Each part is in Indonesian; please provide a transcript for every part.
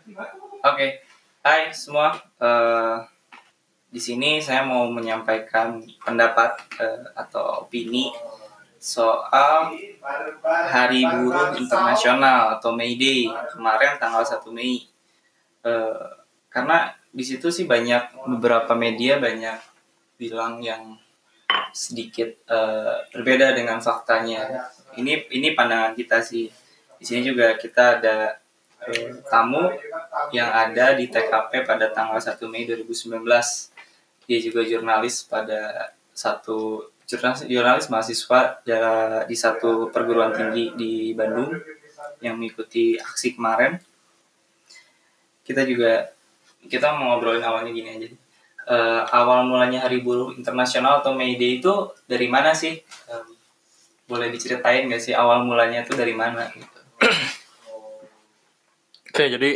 Oke, hai semua. Di sini saya mau menyampaikan pendapat atau opini soal Hari Buruh Internasional atau May Day kemarin tanggal 1 Mei. Karena di situ sih beberapa media banyak bilang yang sedikit berbeda dengan faktanya. Ini pandangan kita sih. Di sini juga kita ada tamu yang ada di TKP pada tanggal 1 Mei 2019. Dia juga jurnalis pada jurnalis mahasiswa di satu perguruan tinggi di Bandung yang mengikuti aksi kemarin. Kita mau ngobrolin awalnya gini aja. Awal mulanya Hari Buruh Internasional atau May Day itu dari mana sih? Boleh diceritain nggak sih awal mulanya itu dari mana? Gitu. Oke, jadi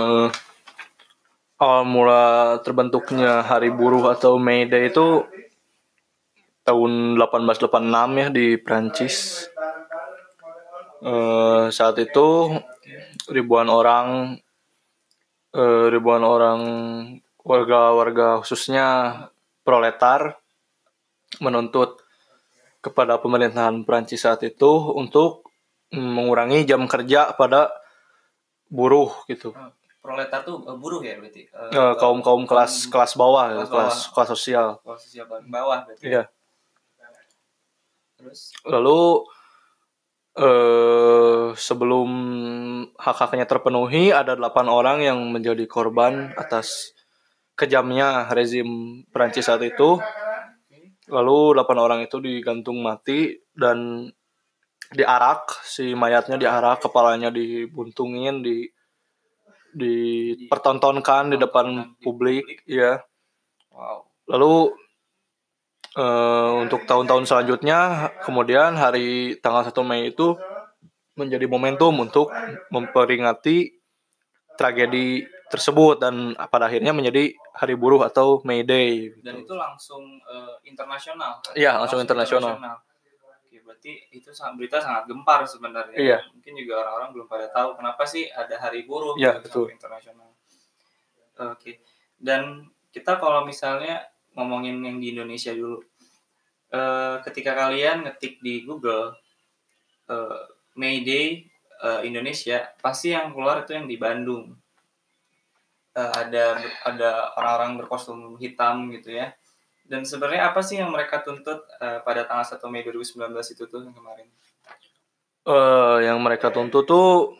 awal mula terbentuknya Hari Buruh atau May Day itu tahun 1886 ya di Prancis. Saat itu ribuan orang warga khususnya proletar menuntut kepada pemerintahan Prancis saat itu untuk mengurangi jam kerja pada buruh gitu. Proletar tuh buruh ya berarti. Kaum kelas bawah, kelas sosial. Kelas sosial paling bawah berarti. Iya. Terus Lalu sebelum hak-haknya terpenuhi, ada 8 orang yang menjadi korban atas kejamnya rezim Prancis saat itu. Lalu 8 orang itu digantung mati dan diarak, si mayatnya diarak, kepalanya dibuntungin, dipertontonkan di depan publik, ya. wow. Lalu untuk tahun-tahun selanjutnya, kemudian hari tanggal 1 Mei itu menjadi momentum untuk memperingati tragedi tersebut dan pada akhirnya menjadi Hari Buruh atau May Day. Dan itu langsung internasional. Iya, langsung internasional. Oke, berarti itu berita sangat gempar sebenarnya. Iya. Mungkin juga orang-orang belum pada tahu kenapa sih ada Hari Buruh betul. internasional. Oke. Dan kita kalau misalnya ngomongin yang di Indonesia dulu, ketika kalian ngetik di Google May Day Indonesia, pasti yang keluar itu yang di Bandung. Ada orang-orang berkostum hitam gitu ya. Dan sebenarnya apa sih yang mereka tuntut pada tanggal 1 Mei 2019 itu tuh yang kemarin? Yang mereka tuntut tuh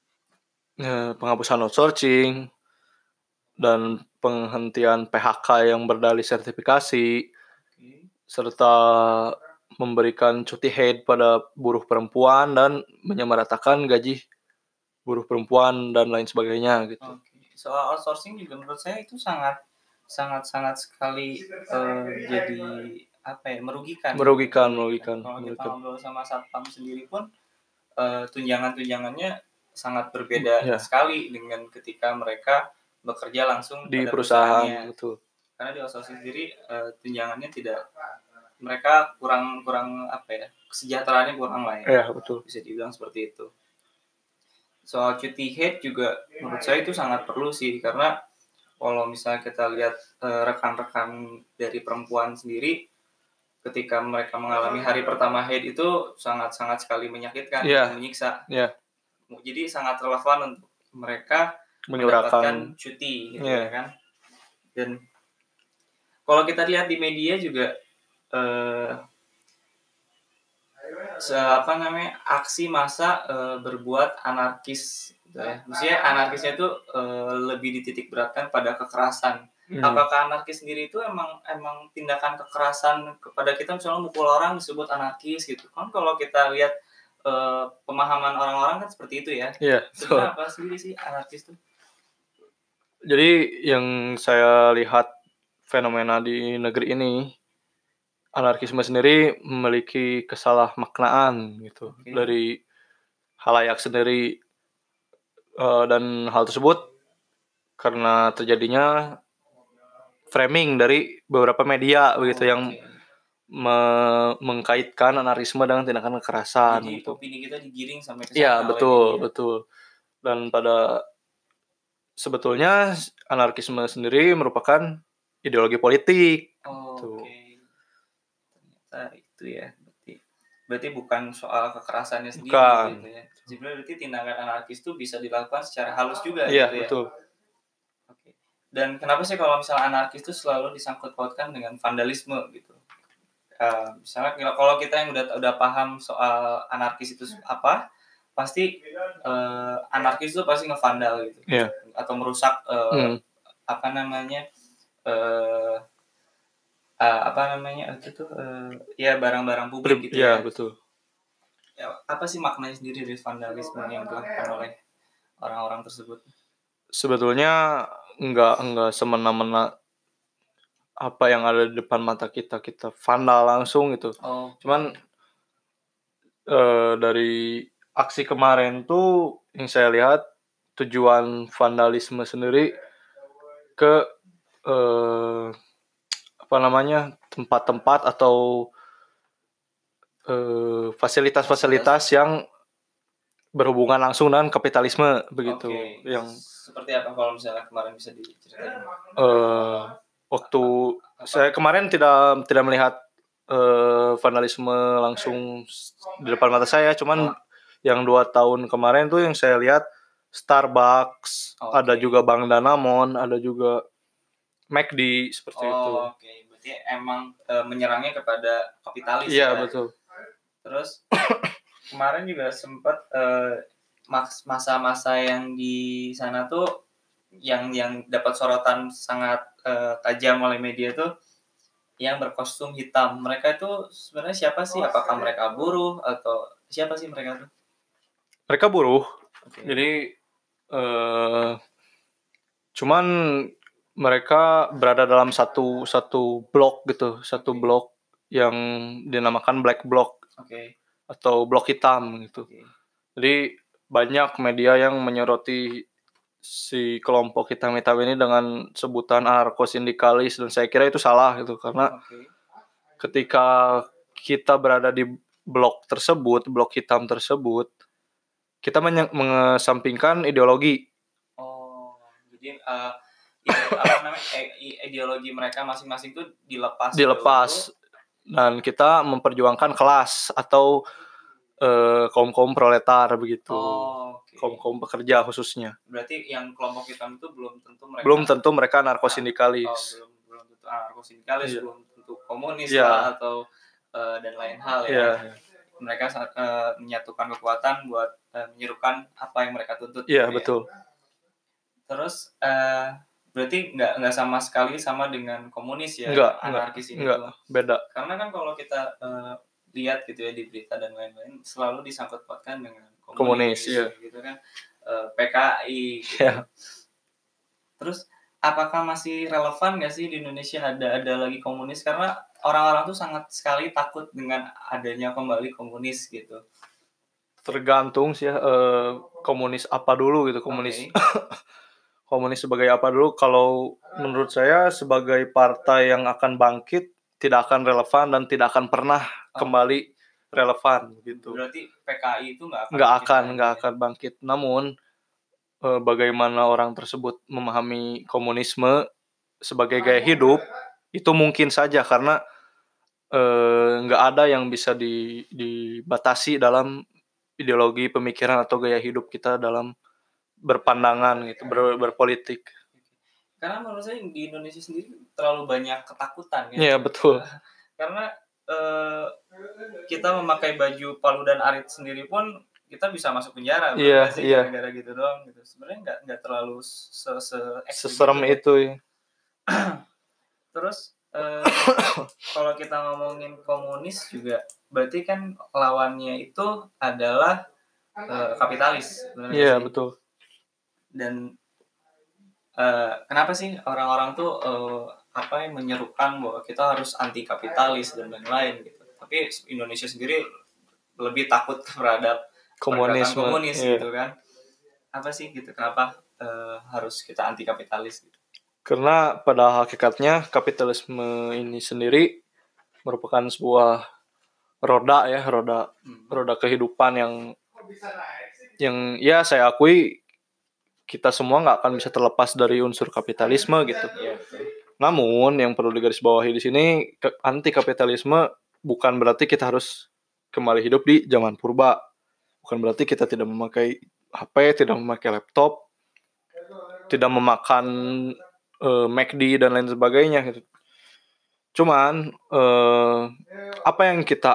penghapusan outsourcing dan penghentian PHK yang berdalih sertifikasi, serta memberikan cuti haid pada buruh perempuan dan menyamaratakan gaji buruh perempuan dan lain sebagainya gitu. Soal outsourcing juga menurut saya itu sangat sekali jadi apa ya, merugikan. Kalau kita ngobrol sama satpam sendiri pun tunjangannya sangat berbeda sekali dengan ketika mereka bekerja langsung di perusahaan. Betul. Karena di outsourcing sendiri tunjangannya mereka kurang apa ya, kesejahteraannya kurang lah ya. Betul. Bisa dibilang seperti itu. Soal cuti haid juga menurut saya itu sangat perlu sih, karena kalau misalnya kita lihat rekan-rekan dari perempuan sendiri ketika mereka mengalami hari pertama haid itu sangat sekali menyakitkan, menyiksa. Jadi sangat relevan untuk mereka mendapatkan cuti gitu ya kan. Dan kalau kita lihat di media juga aksi massa berbuat anarkis gitu ya. Maksudnya anarkisnya itu lebih dititik beratkan pada kekerasan. Apakah anarkis sendiri itu emang tindakan kekerasan kepada kita, misalnya mukul orang disebut anarkis gitu kan? Kalau kita lihat pemahaman orang-orang kan seperti itu ya. Sebenarnya apa sih anarkis itu? Jadi yang saya lihat fenomena di negeri ini, anarkisme sendiri memiliki kesalahmaknaan gitu dari halayak sendiri, dan hal tersebut karena terjadinya framing dari beberapa media begitu yang mengkaitkan anarkisme dengan tindakan kekerasan. Jadi opini kita digiring sampai ke sana. Iya, betul. Dan pada sebetulnya anarkisme sendiri merupakan ideologi politik. Oh, Tuh. oke. Ternyata itu ya. Berarti bukan soal kekerasannya sendiri Bukan. gitu ya. Sebenarnya berarti tindakan anarkis itu bisa dilakukan secara halus juga Iya, gitu ya. betul. Oke. Dan kenapa sih kalau misalnya anarkis itu selalu disangkut pautkan dengan vandalisme gitu? Misalnya kalau kita yang udah paham soal anarkis itu apa, pasti anarkis itu pasti ngevandal gitu. Iya. Atau merusak apa namanya? Itu tuh ya barang-barang publik gitu Iya, ya. betul. Ya, apa sih maknanya sendiri dari vandalisme yang dilakukan oleh orang-orang tersebut? Sebetulnya enggak semena-mena apa yang ada di depan mata kita vandal langsung gitu. Oh, Cuman dari aksi kemarin tuh yang saya lihat tujuan vandalisme sendiri ke apa namanya tempat-tempat atau fasilitas-fasilitas yang berhubungan langsung dengan kapitalisme begitu. oke. Yang Seperti apa kalau misalnya kemarin bisa diceritain? waktu saya kemarin tidak melihat vandalisme langsung di depan mata saya, cuman yang 2 tahun kemarin tuh yang saya lihat Starbucks, ada juga Bank Danamon, ada juga McD seperti itu. Oke. Berarti emang menyerangnya kepada kapitalis Iya, ya. betul. Terus kemarin juga sempat masa-masa yang di sana tuh yang dapat sorotan sangat tajam oleh media tuh yang berkostum hitam. Mereka itu sebenarnya siapa sih? Apakah mereka buruh atau siapa sih mereka tuh? Mereka buruh. Okay. Jadi cuman mereka berada dalam satu blok gitu, satu blok yang dinamakan black block. Okay. Atau blok hitam gitu. Okay. Jadi banyak media yang menyoroti si kelompok hitam-hitam ini dengan sebutan anarko-sindikalis, dan saya kira itu salah gitu, karena ketika kita berada di blok tersebut, blok hitam tersebut, kita mengesampingkan ideologi. Oh, jadi apa namanya ideologi mereka masing-masing tuh dilepas dan kita memperjuangkan kelas atau kaum proletar begitu. Okay. Kaum pekerja khususnya. Berarti yang kelompok hitam itu belum tentu mereka anarko-sindikalis. Belum tentu anarko-sindikalis, Iya. belum tentu komunis Iya. lah atau dan lain hal ya. Iya. Mereka menyatukan kekuatan buat menyerukan apa yang mereka tuntut. Iya, gitu betul. Ya. Terus berarti nggak sama sekali sama dengan komunis ya, anarkis ini tuh. Beda. Karena kan kalau kita lihat gitu ya di berita dan lain-lain selalu disangkut pautkan dengan komunis iya. gitu kan, PKI gitu. Iya. Terus apakah masih relevan nggak sih di Indonesia ada lagi komunis, karena orang-orang tuh sangat sekali takut dengan adanya kembali komunis gitu. Tergantung sih ya, komunis apa dulu gitu, komunis sebagai apa dulu. Kalau menurut saya sebagai partai yang akan bangkit tidak akan relevan dan tidak akan pernah kembali relevan gitu. Berarti PKI itu nggak akan bangkit. Namun bagaimana orang tersebut memahami komunisme sebagai gaya hidup itu mungkin saja, karena nggak ada yang bisa dibatasi dalam ideologi pemikiran atau gaya hidup kita dalam berpandangan gitu, berpolitik. Karena menurut saya di Indonesia sendiri terlalu banyak ketakutan ya. Iya, betul. Karena kita memakai baju Palu dan Arit sendiri pun kita bisa masuk penjara, Iya, sih gara-gara gitu doang gitu. Sebenarnya nggak terlalu seserem itu ya. Terus kalau kita ngomongin komunis juga berarti kan lawannya itu adalah kapitalis. Iya, betul. Dan kenapa sih orang-orang tuh menyerukan bahwa kita harus anti kapitalis dan lain-lain gitu. Tapi Indonesia sendiri lebih takut terhadap komunis gitu kan. Apa sih gitu, kenapa harus kita anti kapitalis gitu? Karena pada hakikatnya kapitalisme ini sendiri merupakan sebuah roda kehidupan yang ya saya akui kita semua nggak akan bisa terlepas dari unsur kapitalisme gitu. Iya, betul. Namun yang perlu digarisbawahi di sini, anti kapitalisme bukan berarti kita harus kembali hidup di zaman purba. Bukan berarti kita tidak memakai HP, tidak memakai laptop, tidak memakan McD dan lain sebagainya gitu. Cuman apa yang kita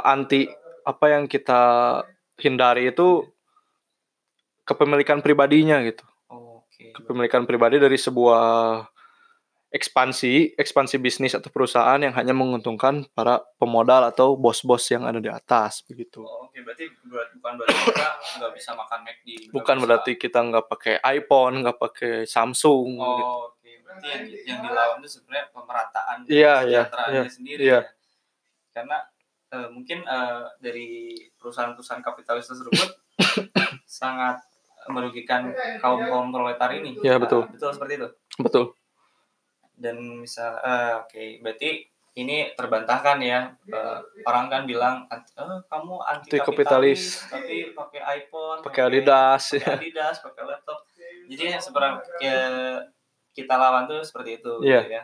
hindari itu kepemilikan pribadinya gitu. Oke. Kepemilikan pribadi dari sebuah ekspansi bisnis atau perusahaan yang hanya menguntungkan para pemodal atau bos-bos yang ada di atas begitu. Oke, berarti bukan berarti kita nggak bisa makan McD. Bukan berarti kita nggak pakai iPhone, nggak pakai Samsung. Gitu. Oke, berarti yang dilawan itu sebenarnya pemerataan kesejahteraannya sendiri. Iya. Ya. Karena mungkin dari perusahaan-perusahaan kapitalis tersebut sangat merugikan kaum proletar ini. Iya, betul. Betul seperti itu. Betul. Dan misal oke, berarti ini terbantahkan ya. Orang kan bilang kamu anti kapitalis tapi pakai iPhone, pakai Adidas, pakai laptop. Jadi yang sebenarnya kita lawan tuh seperti itu. Iya. Gitu ya.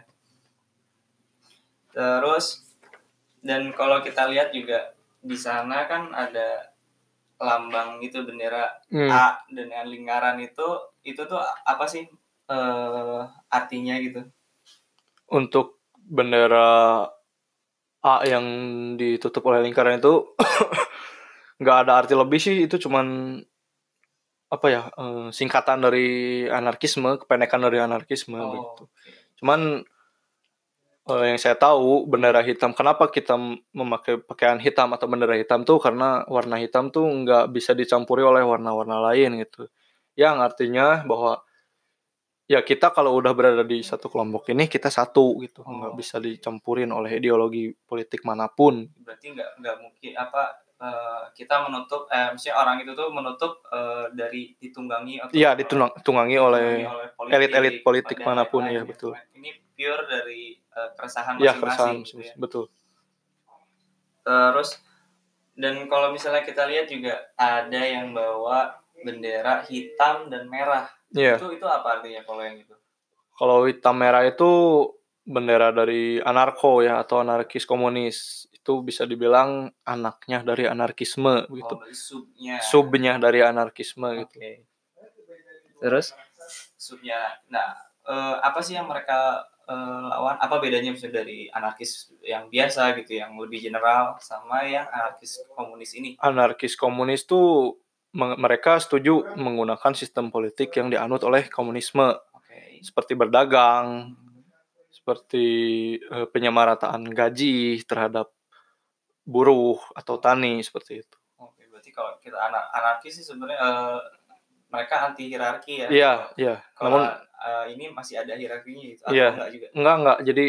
Terus dan kalau kita lihat juga di sana kan ada lambang itu bendera A dengan lingkaran itu tuh apa sih artinya gitu? Untuk bendera A yang ditutup oleh lingkaran itu nggak ada arti lebih sih, itu cuman apa ya, singkatan dari anarkisme, kependekan dari anarkisme begitu. Cuman yang saya tahu bendera hitam, kenapa kita memakai pakaian hitam atau bendera hitam tuh karena warna hitam tuh nggak bisa dicampuri oleh warna-warna lain gitu. Yang artinya bahwa ya kita kalau udah berada di satu kelompok ini kita satu gitu, nggak bisa dicampurin oleh ideologi politik manapun. Berarti nggak mungkin kita menutup, misalnya orang itu tuh menutup dari ditunggangi atau ditunggangi oleh elit-elit politik manapun ya gitu. betul. Ini pure dari keresahan masing-masing. Gitu ya. Betul. Terus dan kalau misalnya kita lihat juga ada yang bawa bendera hitam dan merah. Itu apa artinya kalau yang itu? Kalau hitam merah itu bendera dari anarko ya atau anarkis komunis. Itu bisa dibilang anaknya dari anarkisme gitu. Subnya dari anarkisme gitu. Terus subnya. Nah, apa sih yang mereka lawan? Apa bedanya misalnya dari anarkis yang biasa gitu, yang lebih general sama yang anarkis komunis ini? Anarkis komunis tuh mereka setuju menggunakan sistem politik yang dianut oleh komunisme. Seperti berdagang, seperti penyamarataan gaji terhadap buruh atau tani seperti itu. Oke, berarti kalau kita anarkis sih sebenarnya mereka anti hierarki ya. Iya. Namun ini masih ada hierarkinya gitu atau enggak juga? Enggak. Jadi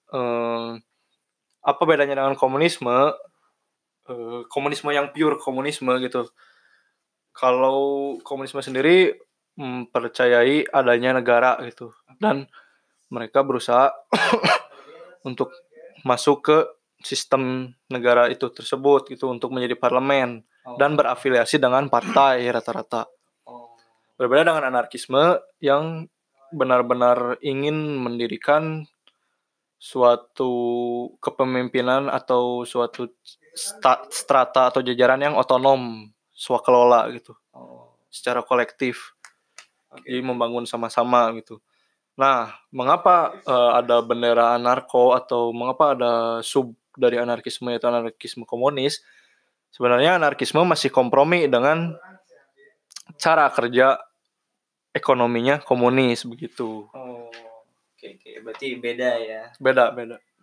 apa bedanya dengan komunisme? Komunisme yang pure komunisme gitu. Kalau komunisme sendiri mempercayai adanya negara gitu, dan mereka berusaha untuk masuk ke sistem negara itu tersebut gitu untuk menjadi parlemen dan berafiliasi dengan partai rata-rata. Berbeda dengan anarkisme yang benar-benar ingin mendirikan suatu kepemimpinan atau suatu strata atau jajaran yang otonom, swakelola gitu, secara kolektif. Jadi membangun sama-sama gitu. Nah, mengapa ada bendera anarko atau mengapa ada sub dari anarkisme yaitu anarkisme komunis? Sebenarnya anarkisme masih kompromi dengan cara kerja ekonominya komunis begitu. Oke, berarti beda ya. Beda.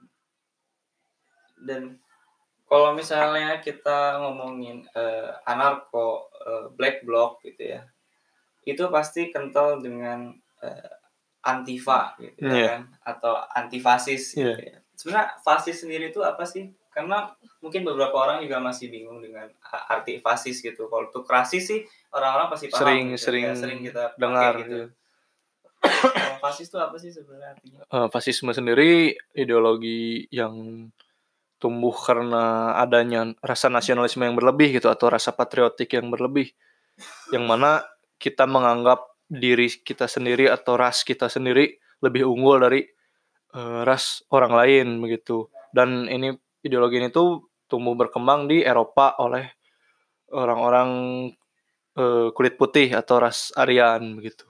Dan kalau misalnya kita ngomongin anarko, black bloc gitu ya, itu pasti kental dengan antifa gitu kan, atau antifasis gitu ya. Sebenarnya fasis sendiri itu apa sih? Karena mungkin beberapa orang juga masih bingung dengan arti fasis gitu. Kalau untuk rasis sih orang-orang pasti paham. Sering kita dengar gitu. Fasis itu apa sih sebenarnya artinya? Fasisme sendiri ideologi yang tumbuh karena adanya rasa nasionalisme yang berlebih gitu atau rasa patriotik yang berlebih, yang mana kita menganggap diri kita sendiri atau ras kita sendiri lebih unggul dari ras orang lain begitu. Dan ini ideologi ini tuh tumbuh berkembang di Eropa oleh orang-orang kulit putih atau ras Aryan begitu.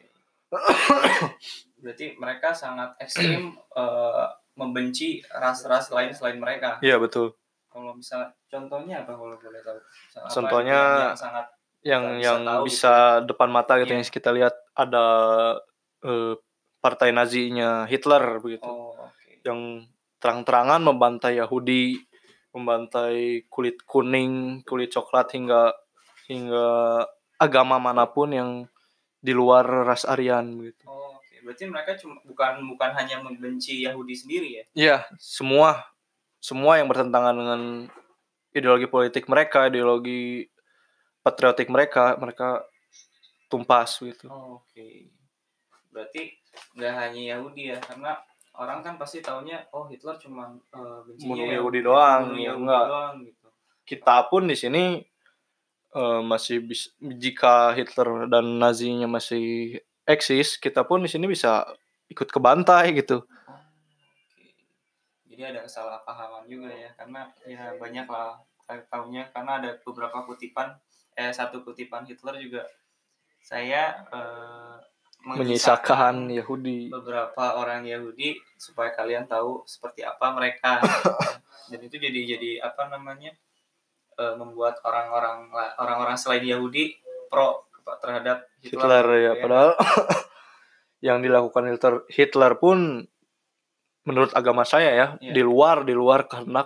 Berarti mereka sangat ekstrim membenci ras-ras lain selain mereka. Iya betul. Kalau misalnya contohnya apa kalau boleh tahu? Apa Contohnya gitu yang sangat yang tahu bisa gitu. depan mata gitu Iya. yang kita lihat ada partai Nazinya Hitler begitu. Okay. Yang terang-terangan membantai Yahudi, membantai kulit kuning, kulit coklat hingga agama manapun yang di luar ras Aryan begitu. Okay. Berarti mereka bukan hanya membenci Yahudi sendiri ya? Iya, semua yang bertentangan dengan ideologi politik mereka, ideologi patriotik mereka tumpas gitu. Okay. Berarti nggak hanya Yahudi ya, karena orang kan pasti taunya Hitler cuma bencinya Yahudi doang, Yahudi enggak. doang gitu. Kita pun di sini masih jika Hitler dan Nazinya masih eksis, kita pun di sini bisa ikut kebantai gitu. Okay. Jadi ada kesalahpahaman juga ya, karena ya banyak lah tahunya, karena ada beberapa kutipan satu kutipan Hitler juga saya menyisakan Yahudi, beberapa orang Yahudi supaya kalian tahu seperti apa mereka. Dan itu jadi apa namanya membuat orang-orang selain Yahudi pro terhadap Hitler ya, padahal yang dilakukan Hitler pun menurut agama saya ya, di luar karena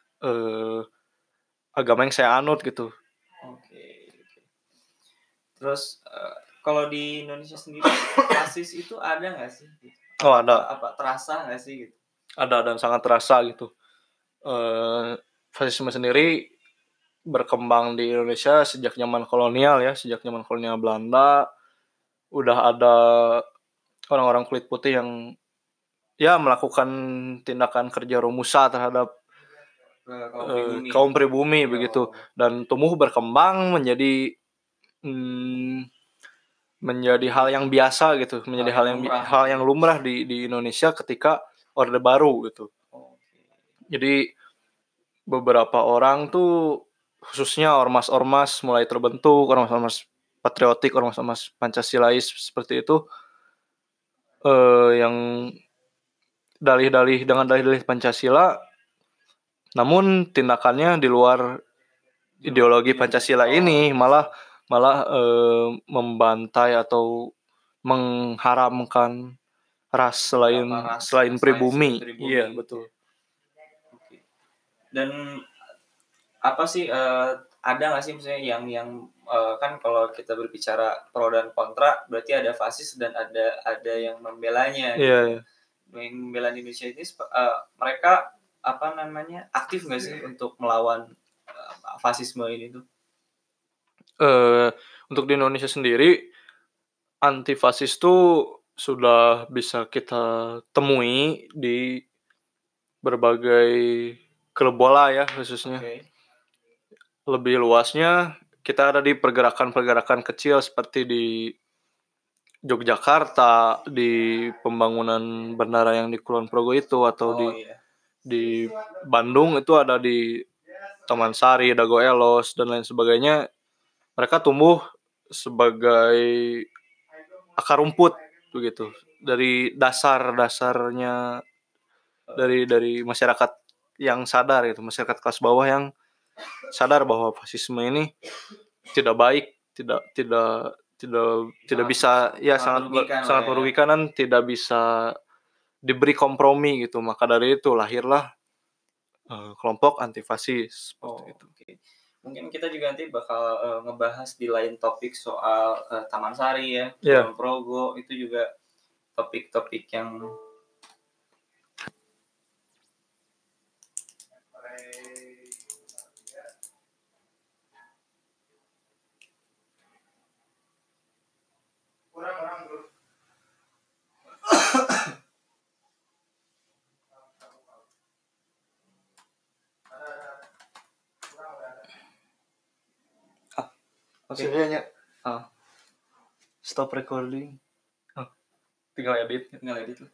agama yang saya anut gitu. Okay. Terus kalau di Indonesia sendiri fasis itu ada nggak sih? Ada. Apa terasa nggak sih gitu? Ada dan sangat terasa gitu. Fasisme sendiri berkembang di Indonesia sejak zaman kolonial ya, sejak zaman kolonial Belanda. Udah ada orang-orang kulit putih yang ya melakukan tindakan kerja romusa terhadap kaum pribumi begitu, dan tumbuh berkembang menjadi hal yang biasa gitu, menjadi hal yang lumrah di Indonesia ketika Orde Baru gitu. Jadi beberapa orang tuh khususnya ormas-ormas mulai terbentuk, ormas-ormas patriotik, ormas-ormas Pancasilais seperti itu, yang dengan dalih-dalih Pancasila, namun tindakannya di luar ideologi Pancasila ini malah membantai atau mengharamkan ras selain pribumi. Iya betul. Dan apa sih ada nggak sih misalnya yang kan kalau kita berbicara pro dan kontra berarti ada fasis dan ada yang membelanya gitu. Iya. Yang membela Indonesia ini mereka apa namanya aktif nggak sih untuk melawan fasisme ini tuh? Untuk di Indonesia sendiri anti fasis tuh sudah bisa kita temui di berbagai klub bola ya khususnya. Lebih luasnya kita ada di pergerakan-pergerakan kecil seperti di Yogyakarta, di pembangunan bandara yang di Kulon Progo itu, atau di Bandung itu ada di Taman Sari, Dago Elos dan lain sebagainya. Mereka tumbuh sebagai akar rumput begitu, dari dasarnya dari masyarakat yang sadar gitu, masyarakat kelas bawah yang sadar bahwa fasisme ini tidak baik, tidak bisa ya, sangat merugikan dan tidak bisa diberi kompromi gitu. Maka dari itu lahirlah kelompok anti fasis seperti itu. Okay. Mungkin kita juga nanti bakal ngebahas di lain topik soal Taman Sari ya, Kulon Progo, itu juga topik-topik yang Stop recording. Oh, tinggal edit. Lah.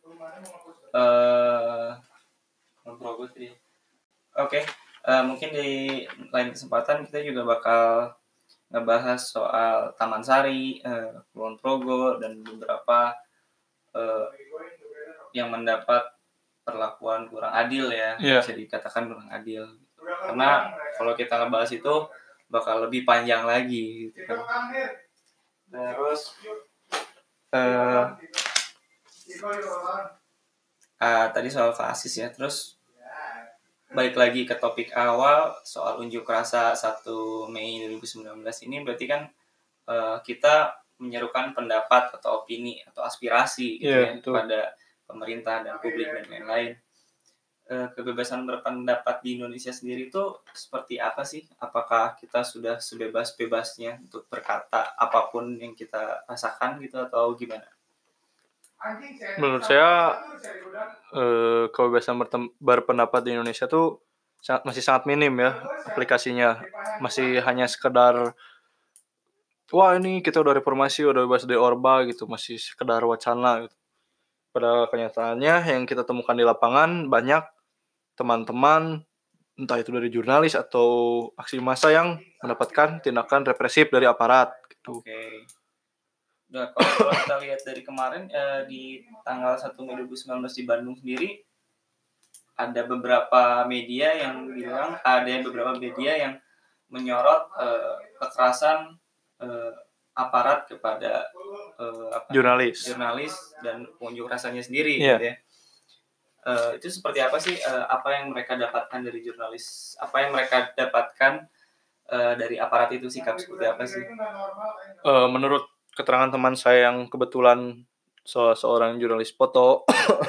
Progress sih. Oke, mungkin di lain kesempatan kita juga bakal ngebahas soal Taman Sari, Kulon Progo, dan beberapa yang mendapat perlakuan kurang adil ya, bisa dikatakan kurang adil. Karena kalau kita ngebahas itu bakal lebih panjang lagi gitu kan. Terus tadi soal fasis ya, terus balik lagi ke topik awal soal unjuk rasa 1 Mei 2019 ini, berarti kan kita menyerukan pendapat atau opini atau aspirasi gitu ya kepada pemerintah dan publik dan lain-lain. Kebebasan berpendapat di Indonesia sendiri itu seperti apa sih? Apakah kita sudah sebebas-bebasnya untuk berkata apapun yang kita rasakan gitu atau gimana? Menurut saya kebebasan berpendapat di Indonesia tuh masih sangat minim ya aplikasinya. Masih hanya sekedar wah ini kita udah reformasi, udah bebas dari Orba gitu, masih sekedar wacana gitu. Pada kenyataannya yang kita temukan di lapangan banyak teman-teman entah itu dari jurnalis atau aksi massa yang mendapatkan tindakan represif dari aparat gitu. Oke. Nah, kalau kita lihat dari kemarin di tanggal 1 Mei 2019 di Bandung sendiri ada beberapa media yang menyorot kekerasan aparat kepada jurnalis dan pengunjuk rasanya sendiri gitu ya. Itu seperti apa sih apa yang mereka dapatkan dari jurnalis? Apa yang mereka dapatkan dari aparat itu, sikap seperti apa sih? Menurut keterangan teman saya yang kebetulan seorang jurnalis foto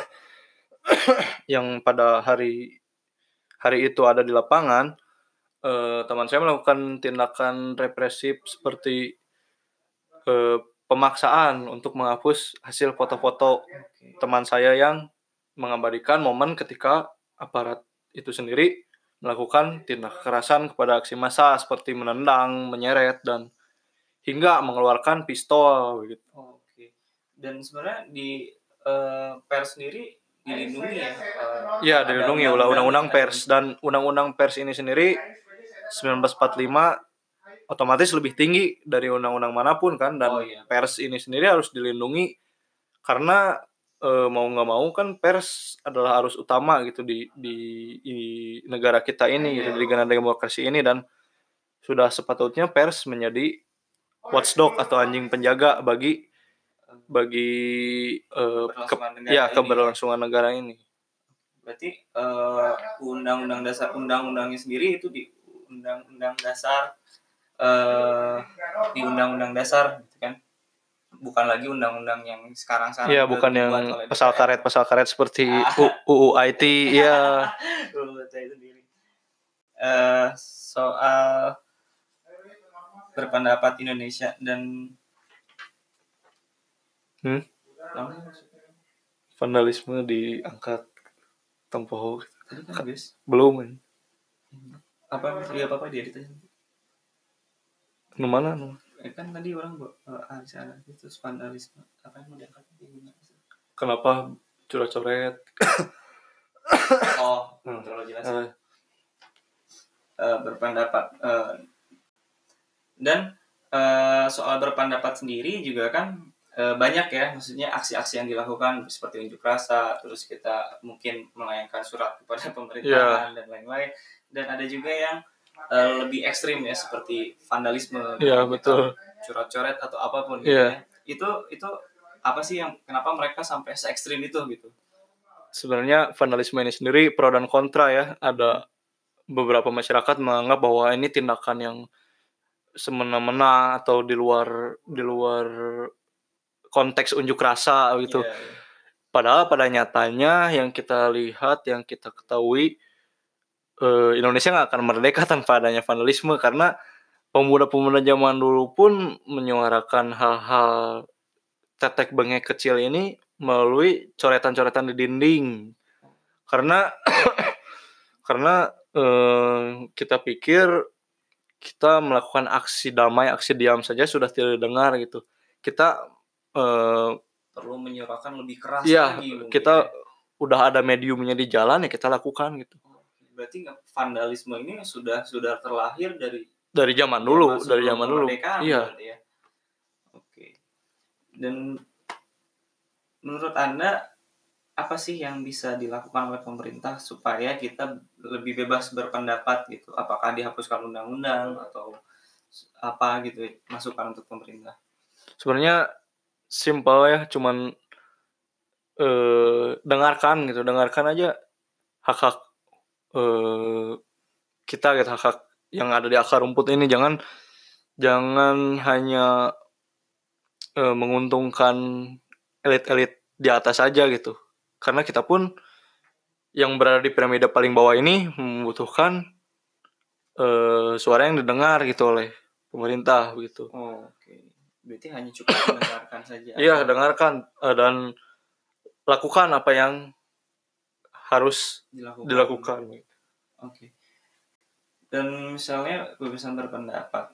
yang pada hari itu ada di lapangan, teman saya melakukan tindakan represif seperti pemaksaan untuk menghapus hasil foto-foto teman saya yang mengabadikan momen ketika aparat itu sendiri melakukan tindak kekerasan kepada aksi massa seperti menendang, menyeret, dan hingga mengeluarkan pistol gitu. Oke. Dan sebenarnya di pers sendiri dilindungi ya? Iya, dilindungi oleh undang-undang pers, dan undang-undang pers ini sendiri 1945 otomatis lebih tinggi dari undang-undang manapun kan, dan pers ini sendiri harus dilindungi karena mau nggak mau kan pers adalah arus utama gitu di negara kita ini gitu, di negara demokrasi ini, dan sudah sepatutnya pers menjadi watchdog atau anjing penjaga bagi keberlangsungan negara ini. Berarti undang-undangnya sendiri itu di undang-undang dasar gitu kan, bukan lagi undang-undang yang sekarang Iya, bukan yang pasal karet seperti UU IT ya. Soal berpendapat Indonesia dan vandalisme diangkat tempo kan, belum kan? Apa dia ditanya? Mana? Kan tadi orang itu vandalisme apa yang mau diangkat? Kenapa coret-coret? Terlalu jelas. Berpendapat dan soal berpendapat sendiri juga kan banyak ya, maksudnya aksi-aksi yang dilakukan seperti unjuk rasa, terus kita mungkin melayangkan surat kepada pemerintahan dan lain-lain, dan ada juga yang lebih ekstrim ya seperti vandalisme, betul, coret-coret atau apapun gitu ya. Itu apa sih yang kenapa mereka sampai se ekstrim itu gitu? Sebenarnya vandalisme ini sendiri pro dan kontra ya. Ada beberapa masyarakat menganggap bahwa ini tindakan yang semena-mena atau di luar konteks unjuk rasa gitu. Padahal pada nyatanya yang kita lihat, yang kita ketahui, Indonesia nggak akan merdeka tanpa adanya vandalisme, karena pemuda-pemuda zaman dulu pun menyuarakan hal-hal tetek bengek kecil ini melalui coretan-coretan di dinding. Karena kita pikir kita melakukan aksi damai, aksi diam saja sudah tidak didengar gitu. kita perlu menyuarakan lebih keras iya, lagi mungkin, kita ya. udah ada mediumnya di jalan ya kita lakukan gitu. Berarti vandalisme ini sudah terlahir dari Zaman dulu. kemerdekaan, Iya. berarti ya. Oke. Dan menurut Anda apa sih yang bisa dilakukan oleh pemerintah supaya kita lebih bebas berpendapat gitu? Apakah dihapuskan undang-undang atau apa gitu, masukan untuk pemerintah? Sebenarnya simpel ya, cuman dengarkan aja hak-hak kita gitu, hak-hak yang ada di akar rumput ini. Jangan hanya menguntungkan elit-elit di atas aja gitu. Karena kita pun yang berada di piramida paling bawah ini membutuhkan suara yang didengar gitu oleh pemerintah begitu. Oke. Berarti hanya cukup mendengarkan saja. Iya, dengarkan dan lakukan apa yang harus dilakukan. Oke. Dan misalnya kebebasan berpendapat,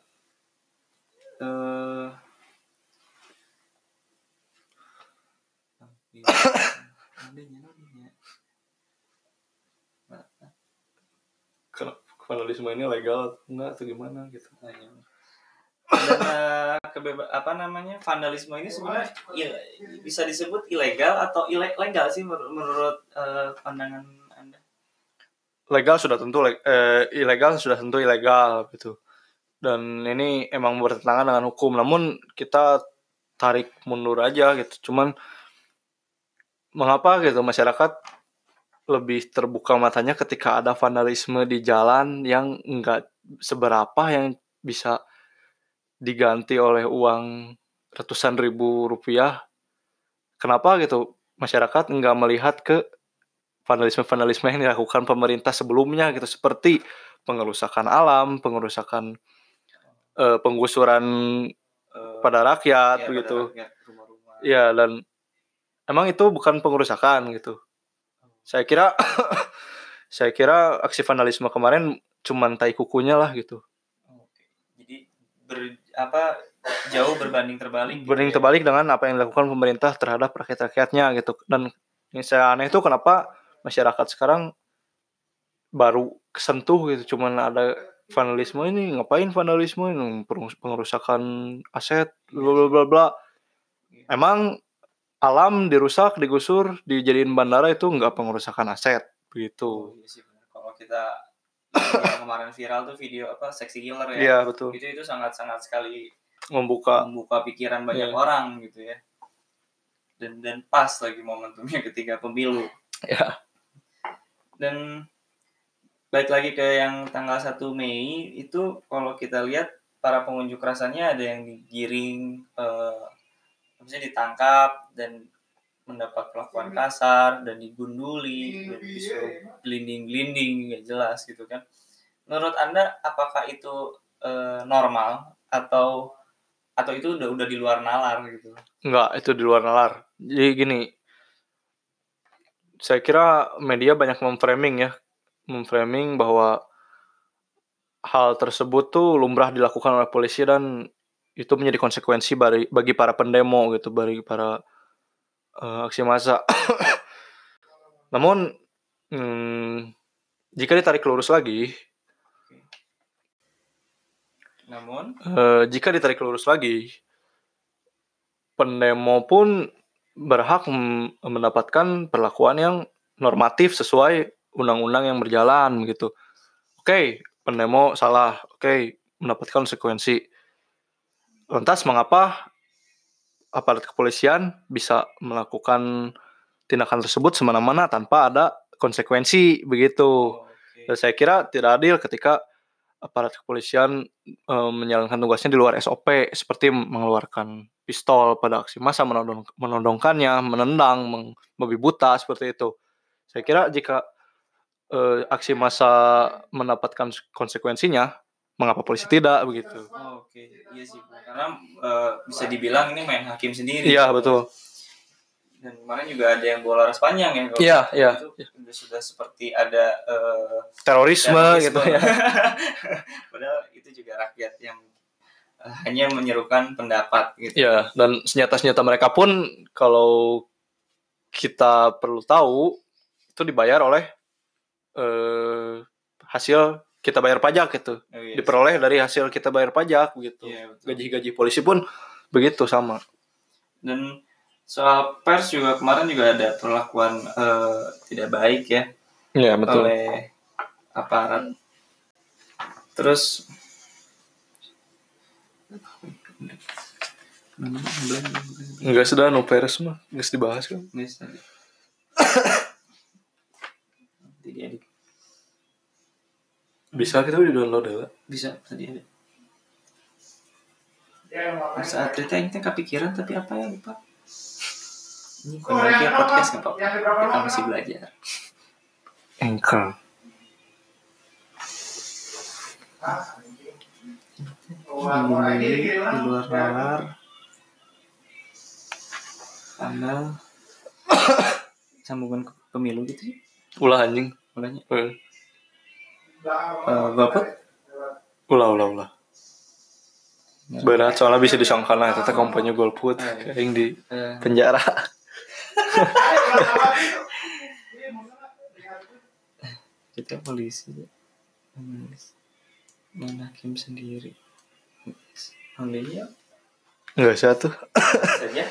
Vandalisme ini legal enggak atau gimana gitu? Dan vandalisme ini sebenarnya bisa disebut ilegal atau ilegal sih menurut pandangan Anda? Legal sudah tentu ilegal sudah tentu ilegal gitu. Dan ini emang bertentangan dengan hukum. Namun kita tarik mundur aja gitu. Cuman mengapa gitu masyarakat lebih terbuka matanya ketika ada vandalisme di jalan yang enggak seberapa, yang bisa diganti oleh uang ratusan ribu rupiah. Kenapa gitu masyarakat enggak melihat ke vandalisme yang dilakukan pemerintah sebelumnya gitu, seperti pengerusakan alam, pengerusakan penggusuran pada rakyat Ya, begitu. pada rakyat, rumah-rumah. Ya, dan emang itu bukan pengerusakan gitu. Saya kira aksi vandalisme kemarin cuman tai kukunya lah gitu. Oke. Jadi jauh berbanding terbalik. Berbanding terbalik dengan apa yang dilakukan pemerintah terhadap rakyat-rakyatnya gitu. Dan yang saya aneh itu kenapa masyarakat sekarang baru kesentuh gitu, cuman ada vandalisme ini, ngapain vandalisme ini, pengerusakan aset, bla bla bla bla. Emang alam dirusak, digusur, dijadiin bandara itu nggak pengerusakan aset begitu. Iya sih benar. Kalau kita yang kemarin viral tuh video sexy killer ya. Iya, betul. Itu sangat sekali Membuka pikiran banyak orang gitu ya. Dan pas lagi momentumnya ketika pemilu. Ya. Dan balik lagi ke yang tanggal 1 Mei itu, kalau kita lihat para pengunjuk rasanya ada yang digiring, maksudnya ditangkap dan mendapat perlakuan kasar dan digunduli, dan disuruh gelinding-gelinding nggak jelas gitu kan. Menurut Anda apakah itu normal atau itu udah di luar nalar gitu? Enggak, itu di luar nalar. Jadi gini, saya kira media banyak memframing bahwa hal tersebut tuh lumrah dilakukan oleh polisi dan itu menjadi konsekuensi bagi para pendemo gitu, bagi para aksi massa. Namun jika ditarik lurus lagi, pendemo pun berhak mendapatkan perlakuan yang normatif sesuai undang-undang yang berjalan gitu. Oke, pendemo salah, oke, mendapatkan konsekuensi. Lantas mengapa aparat kepolisian bisa melakukan tindakan tersebut semena-mena tanpa ada konsekuensi begitu? Dan saya kira tidak adil ketika aparat kepolisian menjalankan tugasnya di luar SOP, seperti mengeluarkan pistol pada aksi massa, menodongkannya, menendang, membabi buta, seperti itu. Saya kira jika aksi massa mendapatkan konsekuensinya, mengapa polisi tidak begitu? Oke, iya sih, karena bisa dibilang ini main hakim sendiri. Iya, betul. Dan kemarin juga ada yang bawa laras panjang ya. Iya. Itu sudah seperti ada terorisme gitu ya. Padahal itu juga rakyat yang hanya menyerukan pendapat gitu. Ya, dan senjata-senjata mereka pun kalau kita perlu tahu itu dibayar oleh hasil kita bayar pajak gitu. Oh, iya. Diperoleh dari hasil kita bayar pajak gitu. Iya, betul. Gaji-gaji polisi pun begitu sama. Dan soal pers juga kemarin juga ada perlakuan tidak baik ya Iya, betul. oleh aparat. Terus Enggak sudah no pers mah, enggak dibahas kan. Bisa kita di download ya. Bisa tadi ada. Saat itu yang kepikiran tapi apa ya lupa. Ini lagi podcast nggak apa-apa. Kita masih belajar. Anchor. Di luar nalar. Tanggal sambungan pemilu gitu sih. Ulah anjing. Ulahnya. Bapak. Ulah. Berat soalnya bisa disangka lah tata kampanye golput yang di penjara. Kita polisi dan hakim sendiri. Alhamdulillah. Enggak satu. Saja.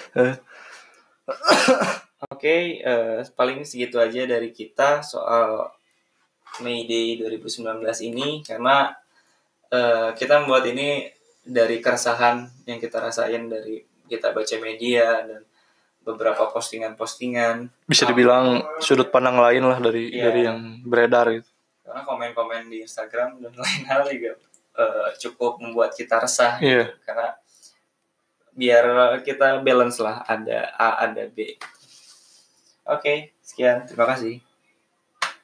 Oke, paling segitu aja dari kita soal May Day 2019 ini karena kita membuat ini dari keresahan yang kita rasain dari kita baca media dan beberapa postingan-postingan. Bisa dibilang sudut pandang lain lah dari yang beredar gitu. Karena komen-komen di Instagram dan lain hal juga cukup membuat kita resah. Iya. Gitu. Karena biar kita balance lah, ada A, ada B. Oke, sekian. Terima kasih.